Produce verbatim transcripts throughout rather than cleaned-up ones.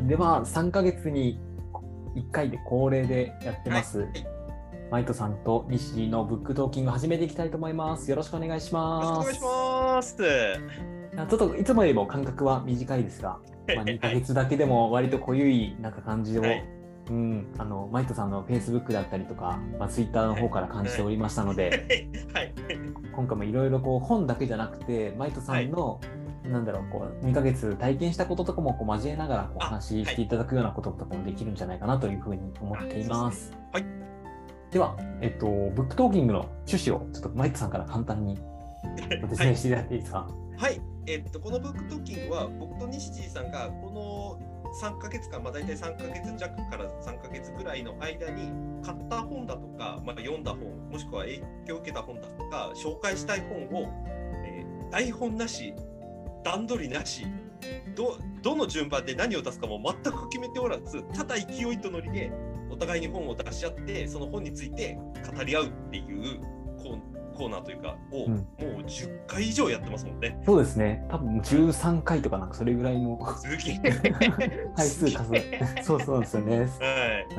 ではさんかげつにいっかいで恒例でやってます、はい、マイトさんと西のブックトーキング始めていきたいと思います。よろしくお願いします。 よろしくお願いします。 ちょっといつもよりも間隔は短いですが、まあ、にかげつだけでも割と濃ゆいなんか感じを、はい、うん、あのマイトさんの Facebook だったりとか、まあ、Twitter の方から感じておりましたので、はいはい、今回もいろいろこう本だけじゃなくてマイトさんの、はい、なんだろう、こうにかげつ体験したこととかもこう交えながらこう話していただくようなこととかもできるんじゃないかなというふうに思っています。はい、では、えっと、ブックトーキングの趣旨をちょっとマイトさんから簡単にご説明していただいていいですか？ はい、えっと、このブックトーキングは僕と西地さんがこのさんかげつかん、まあ、大体さんかげつ弱からさんかげつぐらいの間に買った本だとか、まあ、読んだ本、もしくは影響を受けた本だとか紹介したい本を、えー、台本なし、段取りなし、ど、どの順番で何を出すかも全く決めておらず、ただ勢いとノリでお互いに本を出し合ってその本について語り合うっていうコーコーナーというかを、うん、もうじゅっかい以上やってますもんね。 そうですね。多分じゅうさんかいとかなんかそれぐらいの回数数えそうそうですよね、はい。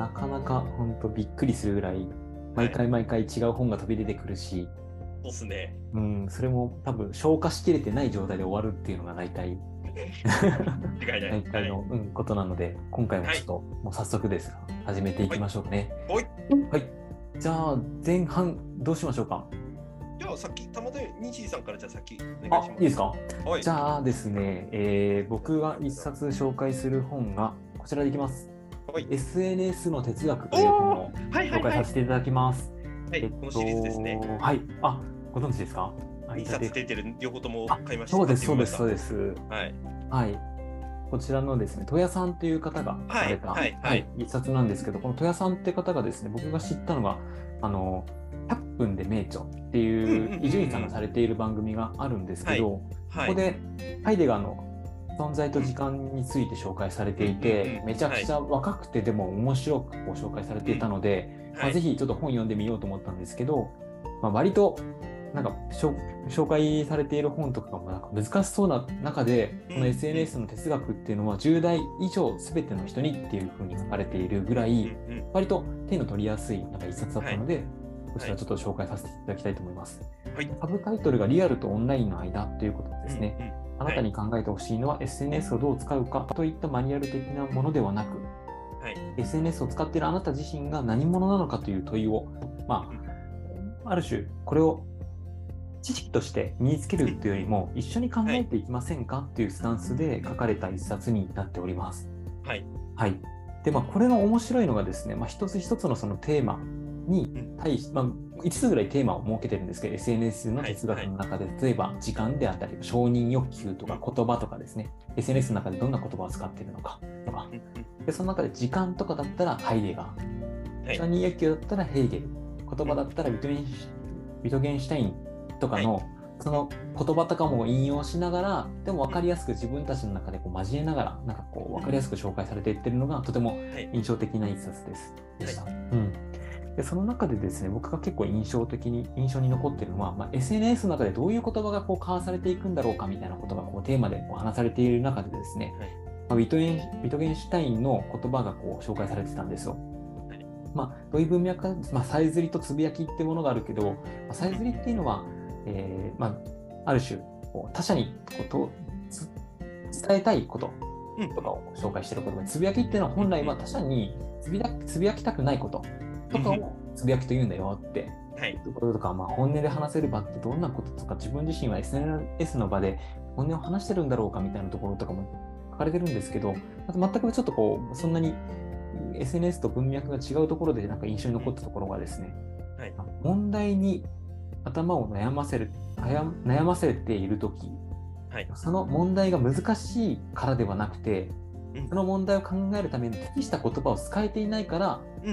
なかなか本当びっくりするぐらい毎回毎回違う本が飛び出てくるし、はい、 そうですね。 うん、それも多分消化しきれてない状態で終わるっていうのが大体大体の、はい、うん、ことなので、今回もちょっと、はい、もう早速ですが始めていきましょうかね。はい。はい。じゃあ前半どうしましょうか。 じゃあさっきたまたま西井さんからじゃあ先お願いします。 あ、いいですか？はい。じゃあですね、えー、僕が一冊紹介する本がこちらでいきます。はい、エスエヌエス の哲学という本を紹介させていただきます。 はい、はいはい、えっと、このシリーズですね。 はい。あ、ご存知ですか？ いっさつ出てる両方とも買いました。 そうです、そうです、そうです。 はい。 はい。こちらのですね、戸谷さんという方が書かれた、はいはいはい、一冊なんですけど、この戸谷さんって方がですね、僕が知ったのが、あの、ひゃっぷんで名著っていう伊集院さんがされている番組があるんですけど、はいはい、ここでハイデガーの存在と時間について紹介されていて、めちゃくちゃ若くてでも面白くこう紹介されていたので、はい、まあ、ぜひちょっと本読んでみようと思ったんですけど、まあ、割となんか紹介されている本とかもなんか難しそうな中で、この エスエヌエス の哲学っていうのはじゅうだい以上全ての人にっていう風に書かれているぐらい、割と手の取りやすいなんか一冊だったので、はい、こちらちょっと紹介させていただきたいと思います。はい、サブタイトルがリアルとオンラインの間ということでですね、うんうん、あなたに考えてほしいのは エスエヌエス をどう使うかといったマニュアル的なものではなく、はい、エスエヌエス を使っているあなた自身が何者なのかという問いを、まあ、ある種これを知識として身につけるというよりも一緒に考えていきませんかというスタンスで書かれた一冊になっております。はい。はい。で、まあ、これの面白いのがですね、まあ、一つ一つのそのテーマに対し、まあ、いつつぐらいテーマを設けてるんですけど、エスエヌエス の哲学の中で、はいはい、例えば時間であったり、承認欲求とか言葉とかですね、エスエヌエス の中でどんな言葉を使っているのかとか、でその中で時間とかだったらハイデガー、承認欲求だったらヘーゲル、言葉だったらビトゲン、ビトゲンシュタインとかの、はい、その言葉とかも引用しながら、でも分かりやすく自分たちの中でこう交えながら、なんかこう分かりやすく紹介されていってるのがとても印象的な一冊です、はい、でした。はい、うん。でその中でですね、僕が結構印象的に印象に残っているのは、まあ、エスエヌエス の中でどういう言葉がこう交わされていくんだろうかみたいなことがこうテーマでこう話されている中でですね、はい、まあ、ウィトゲン、ウィトゲンシュタインの言葉がこう紹介されてたんですよ。まあ、どういう文脈か、まあ、さえずりとつぶやきってものがあるけど、まあ、さえずりっていうのは、えーまあ、ある種こう他者にこう伝えたいこととかを紹介している言葉で、つぶやきっていうのは本来は他者につぶやつぶやきたくないこととかをつぶやきと言うんだよって、はい、いうこととか、まあ、本音で話せる場ってどんなこととか、自分自身は エスエヌエス の場で本音を話してるんだろうかみたいなところとかも書かれてるんですけど、あと全くちょっとこうそんなに エスエヌエス と文脈が違うところでなんか印象に残ったところがですね、はい、問題に頭を悩ませる悩ませているとき、はい、その問題が難しいからではなくて、うん、その問題を考えるために適した言葉を使えていないから、うん、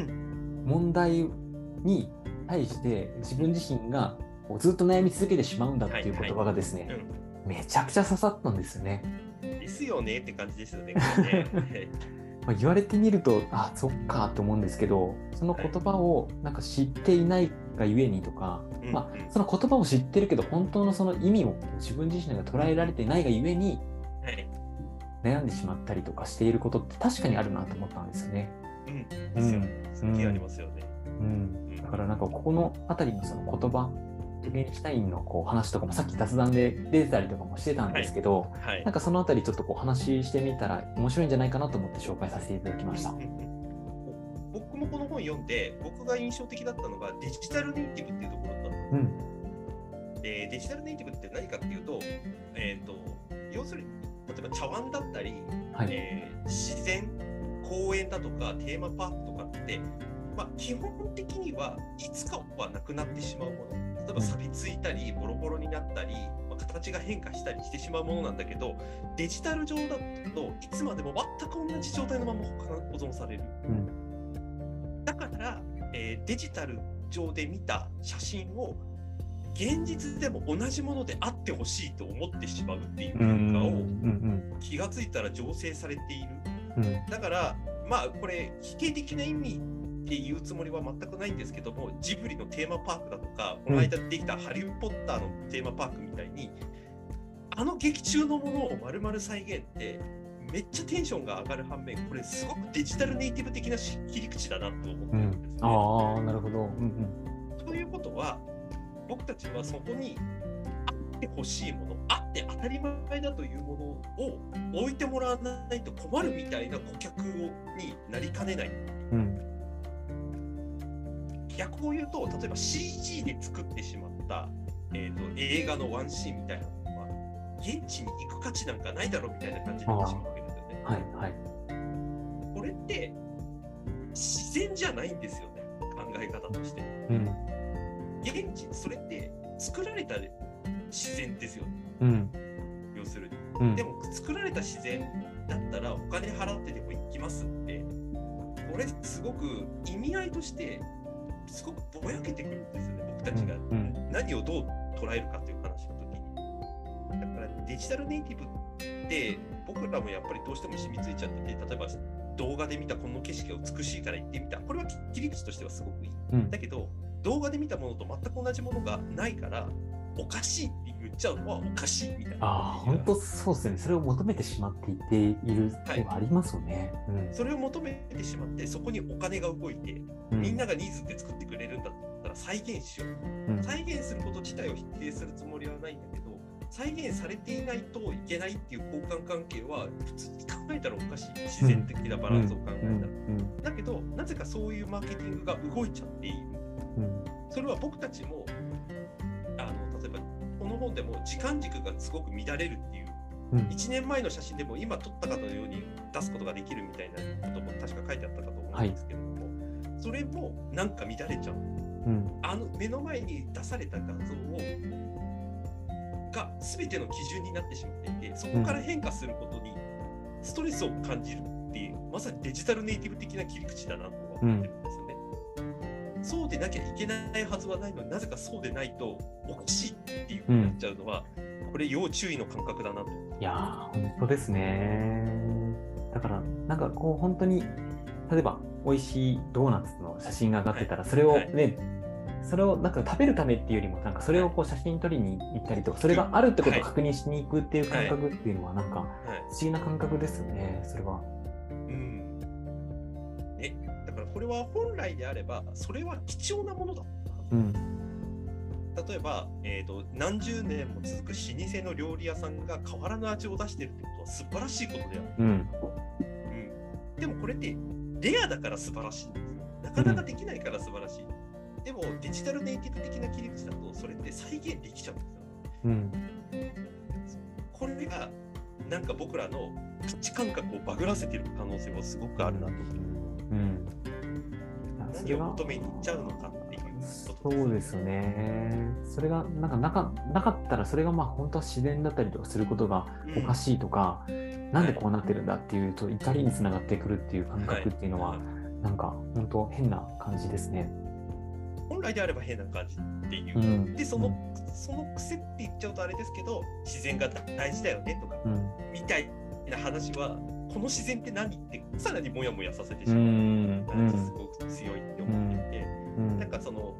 問題に対して自分自身がずっと悩み続けてしまうんだっていう言葉がですね、はいはい、うん、めちゃくちゃ刺さったんですよね。 ですよねって感じですよね。 まあ言われてみると、あ、そっかと思うんですけど、その言葉をなんか知っていないがゆえにとか、はい、まあ、その言葉を知ってるけど本当のその意味を自分自身が捉えられていないがゆえに、はい、 悩んでしまったりとかしていることって確かにあるなと思ったんですよね。 うんですよね。すっげえありますよね。 うんうん、だからなんかここのあたりのその言葉、ゲンシュタインのこう話とかもさっき雑談で出てたりとかもしてたんですけど、はいはい、なんかそのあたりちょっとこう話してみたら面白いんじゃないかなと思って紹介させていただきました。うんうん、 僕もこの本読んで僕が印象的だったのがデジタルネイティブっていうところだったんです、うん、でデジタルネイティブって何かっていうと、えーと、要するに例えば茶碗だったり、はい、えー、自然公園だとかテーマパークとかって、まあ、基本的にはいつかはなくなってしまうもの、例えば錆びついたりボロボロになったり、まあ、形が変化したりしてしまうものなんだけど、デジタル上だといつまでも全く同じ状態のまま保存される、うん、だから、えー、デジタル上で見た写真を現実でも同じものであってほしいと思ってしまうっていう文化を気がついたら醸成されている、うん、だからまあこれ否定的な意味って言うつもりは全くないんですけども、ジブリのテーマパークだとか、この間できたハリーポッターのテーマパークみたいに、あの劇中のものを丸々再現ってめっちゃテンションが上がる反面、これすごくデジタルネイティブ的な切り口だなと思ってるんですね、うん、 ああ、なるほど、うんうん、ということは僕たちはそこにあってほしいもの、あって当たり前だというものを置いてもらわないと困るみたいな顧客になりかねない、うん、逆を言うと、例えば シージー で作ってしまった、えーと、映画のワンシーンみたいなのは現地に行く価値なんかないだろうみたいな感じになってしまうわけですよね。はいはい、これって自然じゃないんですよね、考え方として、うん、現地それって作られた自然ですよね、うん、要するに、うん、でも作られた自然だったらお金払ってでも行きますって、これすごく意味合いとしてすごくぼやけてくるんですよね、僕たちが何をどう捉えるかという話の時に。だからデジタルネイティブって僕らもやっぱりどうしても染みついちゃってて、例えば動画で見たこの景色が美しいから行ってみた、これは切り口としてはすごくいい、うん、だけど動画で見たものと全く同じものがないからおかしいって言っちゃうのはおかしいみたいな。 ああ、本当そうですね。それを求めてしまっていているではありますよね、はい、 うん。それを求めてしまってそこにお金が動いて、うん、みんながニーズで作ってくれるんだったら再現しよう、うん、再現すること自体を否定するつもりはないんだけど、再現されていないといけないっていう交換関係は普通に考えたらおかしい、自然的なバランスを考えたら、うんうん、だけどなぜかそういうマーケティングが動いちゃっている、うん、それは僕たちもあの例えばこの本でも時間軸がすごく乱れるっていう、うん、いちねんまえの写真でも今撮ったかのように出すことができるみたいなことも確か書いてあったかと思うんですけれども、はい、それもなんか乱れちゃう、うん、あの目の前に出された画像をが全ての基準になってしまっていて、そこから変化することにストレスを感じるっていう、まさにデジタルネイティブ的な切り口だなと思ってるんですよね、うん、そうでなきゃいけないはずはないのになぜかそうでないとおかしいっていう風になっちゃうのは、うん、これ要注意の感覚だなと。 いやー本当ですね。だからなんかこう本当に例えば美味しいドーナツの写真が上がってたら、それをね、はいはい、それをなんか食べるためっていうよりもなんかそれをこう写真撮りに行ったりとか、それがあるってことを確認しに行くっていう感覚っていうのはなんか不思議な感覚ですよね、それは。 うん。ね、だからこれは本来であればそれは貴重なものだった。うん、例えば、えーと、何十年も続く老舗の料理屋さんが変わらぬ味を出してるってことは素晴らしいことである。うんうん、でもこれってレアだから素晴らしいんですよ。なかなかできないから素晴らしい。うん、でもデジタルネイティブ的な切り口だとそれって再現できちゃうんですよ、うん、これがなんか僕らの価値感覚をバグらせている可能性はすごくあるなと思う、うん、何を求めに行っちゃうのかっていうことです。 そうですよね。それがなんかなか、なかったらそれがまあ本当は自然だったりとかすることがおかしいとか、うん、なんでこうなってるんだっていうと怒りにつながってくるっていう感覚っていうのは、はいはい、なんか本当変な感じですね。 本来であれば変な感じっていう、うん、でその、その癖って言っちゃうとあれですけど、自然が大事だよねとか、うん、みたいな話はこの自然って何ってさらにモヤモヤさせてしまう感じすごく強いって思っていて、うん、なんかその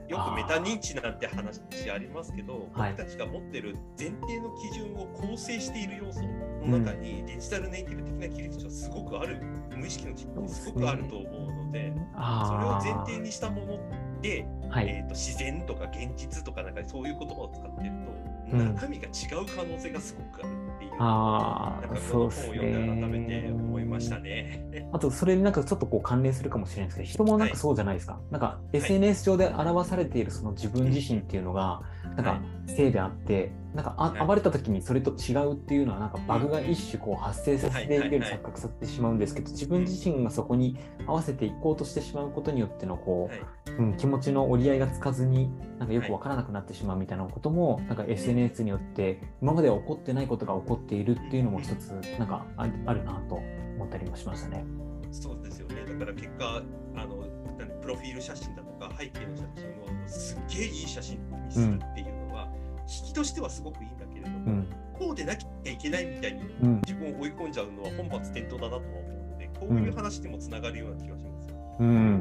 よくメタ認知なんて話ありますけど、僕たちが持ってる前提の基準を構成している要素の中に、うん、デジタルネイティブ的な切り口はすごくある、無意識の実験にすごくあると思うので、それを前提にしたもので、はい、えーと自然とか現実とかなんかそういう言葉を使ってると、うん、中身が違う可能性がすごくあるっていう、あなんかこの本を読んで改めて思いましたね。 あとそれになんかちょっとこう関連するかもしれないですけど、人もなんかそうじゃないですか。はい、なんか エスエヌエス 上で表されているその自分自身っていうのがなんか性であって、なんかあ暴れた時にそれと違うっていうのはなんかバグが一種こう発生させているように錯覚させてしまうんですけど、自分自身がそこに合わせていこうとしてしまうことによってのこう、うん、気持ちの折り合いがつかずになんかよくわからなくなってしまうみたいなこともなんか エスエヌエス によって今までは起こってないことが起こっているっていうのも一つなんかあるなと思ったりもしましたね。 そうですよね。だから結果あのプロフィール写真だとか背景の写真をすっげえいい写真にするっていうのは、うん、引きとしてはすごくいいんだけれども、うん、こうでなきゃいけないみたいに自分を追い込んじゃうのは本末転倒だなとは思うので、こういう話にもつながるような気がしますよ。うん、うん、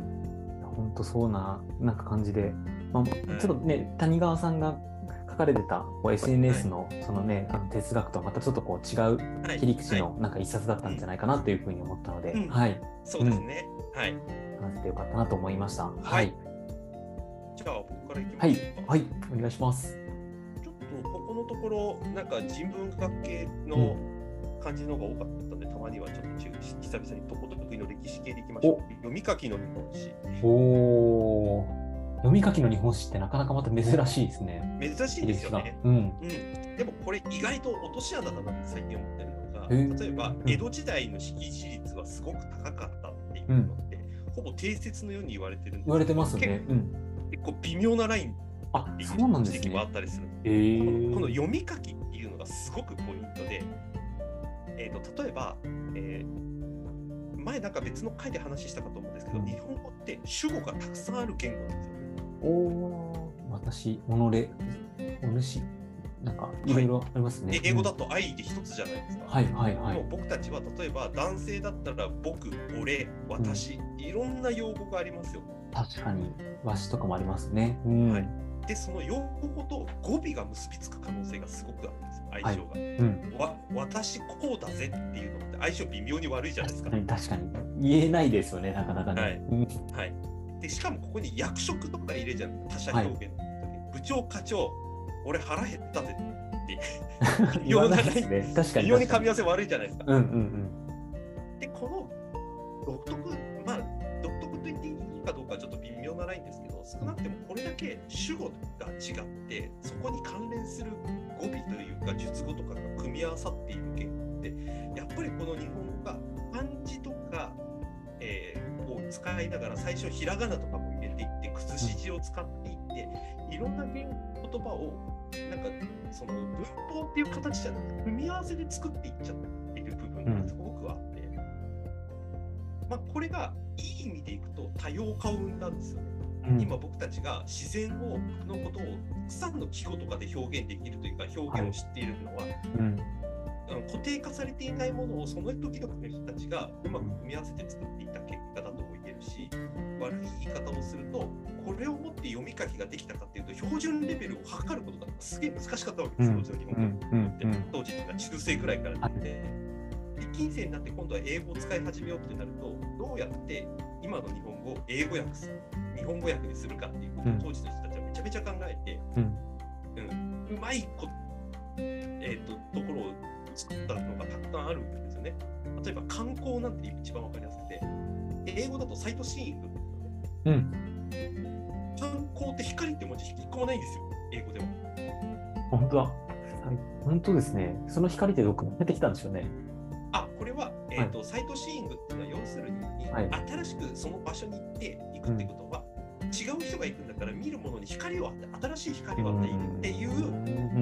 本当そうななんか感じで、まあ、ちょっとね、うん、谷川さんが書かれてたこう エスエヌエス のそのね、あの哲学とはまたちょっとこう違う切り口のなんか一冊だったんじゃないかなというふうに思ったので、 うん、 はい、 そうですね、うん、はい、 話してよかったなと思いました。はい。 はい、じゃあ僕からいきましょうか。 はい、はい、お願いします。 ちょっとここのところなんか人文学系の感じの方が多かったので、うん、たまにはちょっと久々にとこと得意の歴史系でいきましょう。読み書きの日本史。 おー。読み書きの日本史ってなかなかまた珍しいですね。 珍しいですよね。うんうん、でもこれ意外と落とし穴だなって最近思ってるのが、例えば江戸時代の識字率はすごく高かったっていうのって、うん、ほぼ定説のように言われてるんですけど、 言われてますね。 結構、うん、結構微妙なラインあ、そうなんですね。 指摘もあったりする。 えー、 この読み書きっていうのがすごくポイントで、えーと、例えば、えー、前なんか別の回で話したかと思うんですけど、うん、日本語って主語がたくさんある言語なんですよね。 お私、己、お主、なんかいろいろありますね。 はい、英語だと愛で一つじゃないですか。 うん、はいはいはい。 でも僕たちは例えば男性だったら僕、俺、私、うん、いろんな用語がありますよ。 確かに、わしとかもありますね。うん、 はい。で、その用語と語尾が結びつく可能性がすごくあるんですよ、相性が。はい、うん、わ私こうだぜっていうのって相性微妙に悪いじゃないですか。 確かに、確かに言えないですよね、なかなかね。 はい。はい、でしかもここに役職とか入れちゃう他者表現の時、はい、部長課長俺腹減ったぜって微妙なライン、ね、微妙に噛み合わせ悪いじゃないですか。 うんうんうん、 でこの独特まあ独特と言っていいかどうかはちょっと微妙なラインですけど、少なくてもこれだけ主語が違ってそこに関連する語尾というか述語とかが組み合わさっている言語ってやっぱりこの日本語が漢字とか、えーを使いながら最初ひらがなとかも入れていってくずし字を使っていっていろんな言葉をなんかその文法っていう形じゃなくて組み合わせで作っていっちゃっている部分がすごくあって、うん、まあこれがいい意味でいくと多様化を生んだんですよね。うん、今僕たちが自然をのことをたくさんの記号とかで表現できるというか表現を知っているのは、はい、うん、固定化されていないものをその時々の人たちがうまく組み合わせて作っていた結果だとも言えるし、悪い言い方をするとこれをもって読み書きができたかっていうと標準レベルを測ることがすげえ難しかったわけですよ、うん、日本語って、うん、当時っていうのは中世ぐらいから出て、で近世になって今度は英語を使い始めようってなるとどうやって今の日本語を英語訳する日本語訳にするかっていうことを当時の人たちはめちゃめちゃ考えて、うんうん、うまいこ、えー、とところを作ったのがたくさんあるんですよね。例えば観光なんて一番わかりやすくて、英語だとサイトシーイング、うん、観光って光って文字一個もないんですよ、英語では。 本当だ、本当ですね。その光ってどこから出てきたんでしょうね。 あ、これは、えーとはい、サイトシーイングっていうのは要するに、はい、新しくその場所に行って行くってことは、うん、違う人が行くんだから見るものに光を当て新しい光を与えるっていう、うん、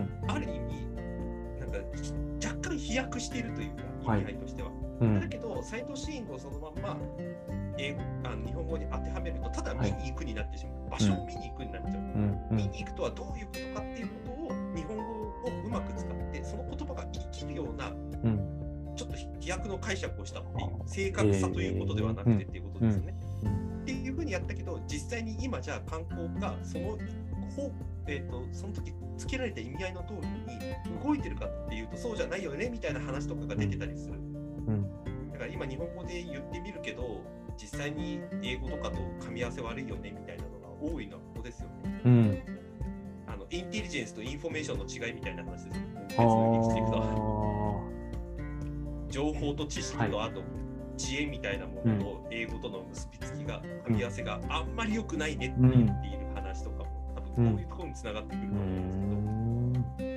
ある意味なんか若干飛躍しているというか意味合いとしては、はい、うん、だけどサイトシーイングをそのまんま英語あの日本語に当てはめるとただ見に行くになってしまう、はい、場所を見に行くになっちゃう、うんうん、見に行くとはどういうことかっていうことを日本語をうまく使ってその言葉が生きるような、うん、ちょっと飛躍の解釈をしたっていう正確さということではなくてっていうことですよね、えーうん、っていうふうにやったけど、実際に今じゃあ観光がそのほ、えー、とその時つけられた意味合いの通りに動いてるかっていうとそうじゃないよねみたいな話とかが出てたりする、うん、だから今日本語で言ってみるけど実際に英語とかと噛み合わせ悪いよねみたいなのが多いのはここですよね、うん、あのインテリジェンスとインフォメーションの違いみたいな話ですよ。情報と知識と、はい、あと知恵みたいなものと英語との結びつきが、噛み合わせがあんまり良くないねって言っている話とかも多分こういうところにつながってくると思うん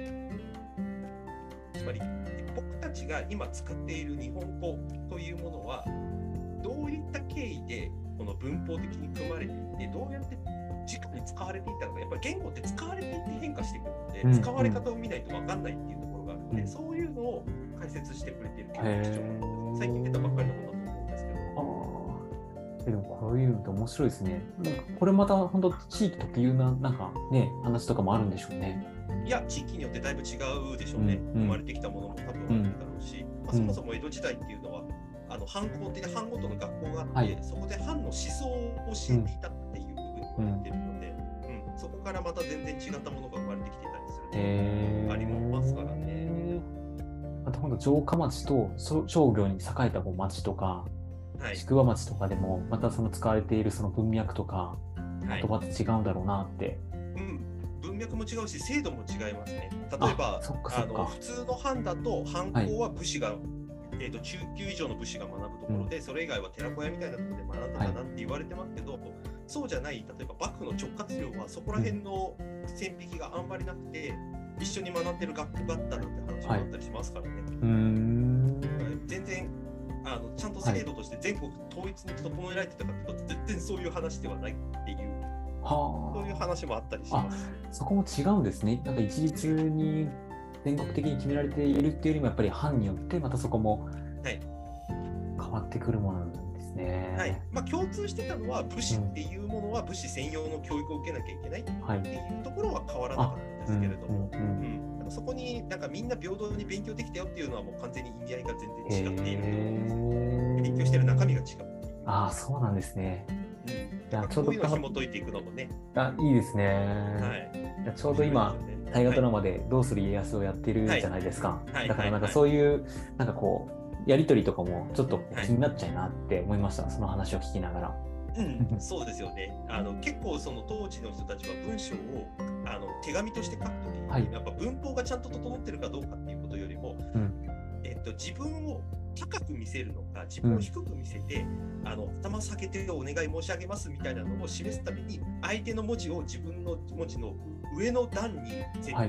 ですけど、つまり僕たちが今使っている日本語というものはどういった経緯でこの文法的に組まれていてどうやって直に使われていたのか、やっぱり言語って使われていって変化していくので、うん、使われ方を見ないと分かんないっていうところがあるので、うん、そういうのを解説してくれている結構貴重な最近出たばっかりの本だと思うんですけど。 あでもこういうのって面白いですね。なんかこれまた本当地域特有ななんかね話とかもあるんでしょうね。 いや地域によってだいぶ違うでしょうね、うん、生まれてきたものも多分あるだろうし、うんまあ、そもそも江戸時代っていうのはあの藩校って藩ごとの学校があって、はい、そこで藩の思想を教えていたっていう部分に言われているので、うんうん、そこからまた全然違ったものが生まれてきていたりするのがありますからね。 あと本当城下町と商業に栄えた町とか、はい、宿場町とかでもまたその使われているその文脈とか言葉って違うんだろうなって、 はいうん、文脈も違うし制度も違いますね。例えばああの普通の藩だと藩校は武士が、はいえー、と中級以上の武士が学ぶところで、うん、それ以外は寺子屋みたいなところで学んだかなって言われてますけど、はい、そうじゃない例えば幕府の直轄領はそこら辺の線引きがあんまりなくて、うん、一緒に学んでる学校があったなんて話もあったりしますからね、はい、うーん全然あのちゃんと制度として全国統一に整えられてたかというと全然そういう話ではないっていう、はそういう話もあったりします。 あそこも違うんですね。なんか一律に全国的に決められているっていうよりもやっぱり藩によってまたそこも変わってくるものなんですね。 はいはいまあ、共通してたのは武士っていうものは武士専用の教育を受けなきゃいけないっていうところは変わらなかったんですけれども、うんうんうん、そこになんかみんな平等に勉強できたよっていうのはもう完全に意味合いが全然違っていると思います。勉強してる中身が違う。 ああそうなんですね。 うん、いやちょうどこういうのを紐解いていくのもね。 あいいですね。はい、いやちょうど今大河ドラマでどうする家康をやってるじゃないですか、はい、だからなんかそういうなんかこうやり取りとかもちょっと気になっちゃいなって思いました、はい、その話を聞きながら。 うん、そうですよね。あの結構その当時の人たちは文章をあの手紙として書くときに、はい、やっぱ文法がちゃんと整ってるかどうかっていうことよりも、うんえっと、自分を高く見せるのか自分を低く見せて、うん、あの頭下げてお願い申し上げますみたいなのを示すために相手の文字を自分の文字の上の段に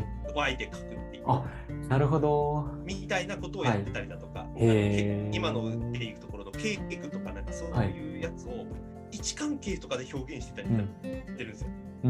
Yで書くっていう、 はい、あなるほどみたいなことをやってたりだとか、はい、今のでいうところの経験とかなんかそういうやつを位置関係とかで表現してたりしてるんですよ、うん、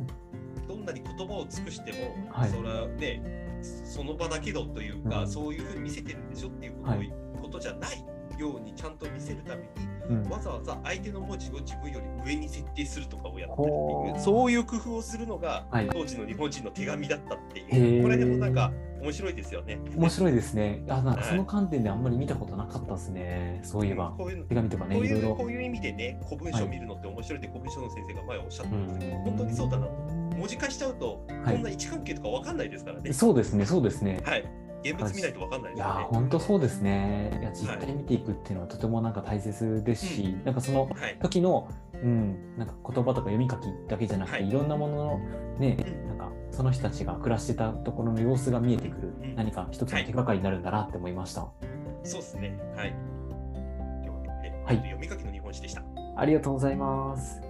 どんなに言葉を尽くしても、はい、それはねその場だけどというか、うん、そういうふうに見せてるんでしょっていうことを、はい、ことじゃないようにちゃんと見せるために、うん、わざわざ相手の文字を自分より上に設定するとかをやったりっていうそういう工夫をするのが、はい、当時の日本人の手紙だったっていうこれでもなんか面白いですよね。 面白いですね。あなんかその観点であんまり見たことなかったですね。そういえば、 こういう手紙とかねこういういろいろこういう意味でね古文書を見るのって面白いって古文書の先生が前おっしゃってましたけど、本当にそうだなと。文字化しちゃうと、はい、こんな位置関係とか分かんないですからね。 そうですね、そうですね。 はい。現物見ないと分かんないですよね。 いや、本当そうですね。いや、実態見ていくっていうのはとてもなんか大切ですし、はい、なんかその時の、はい、うん、なんか言葉とか読み書きだけじゃなくて、はい、いろんなもののね、うん、なんかその人たちが暮らしてたところの様子が見えてくる、うん、何か一つの手がかりになるんだなって思いました。はい、 そうですね。はい。今日は、ね、はい、読み書きの日本史でした。 ありがとうございます。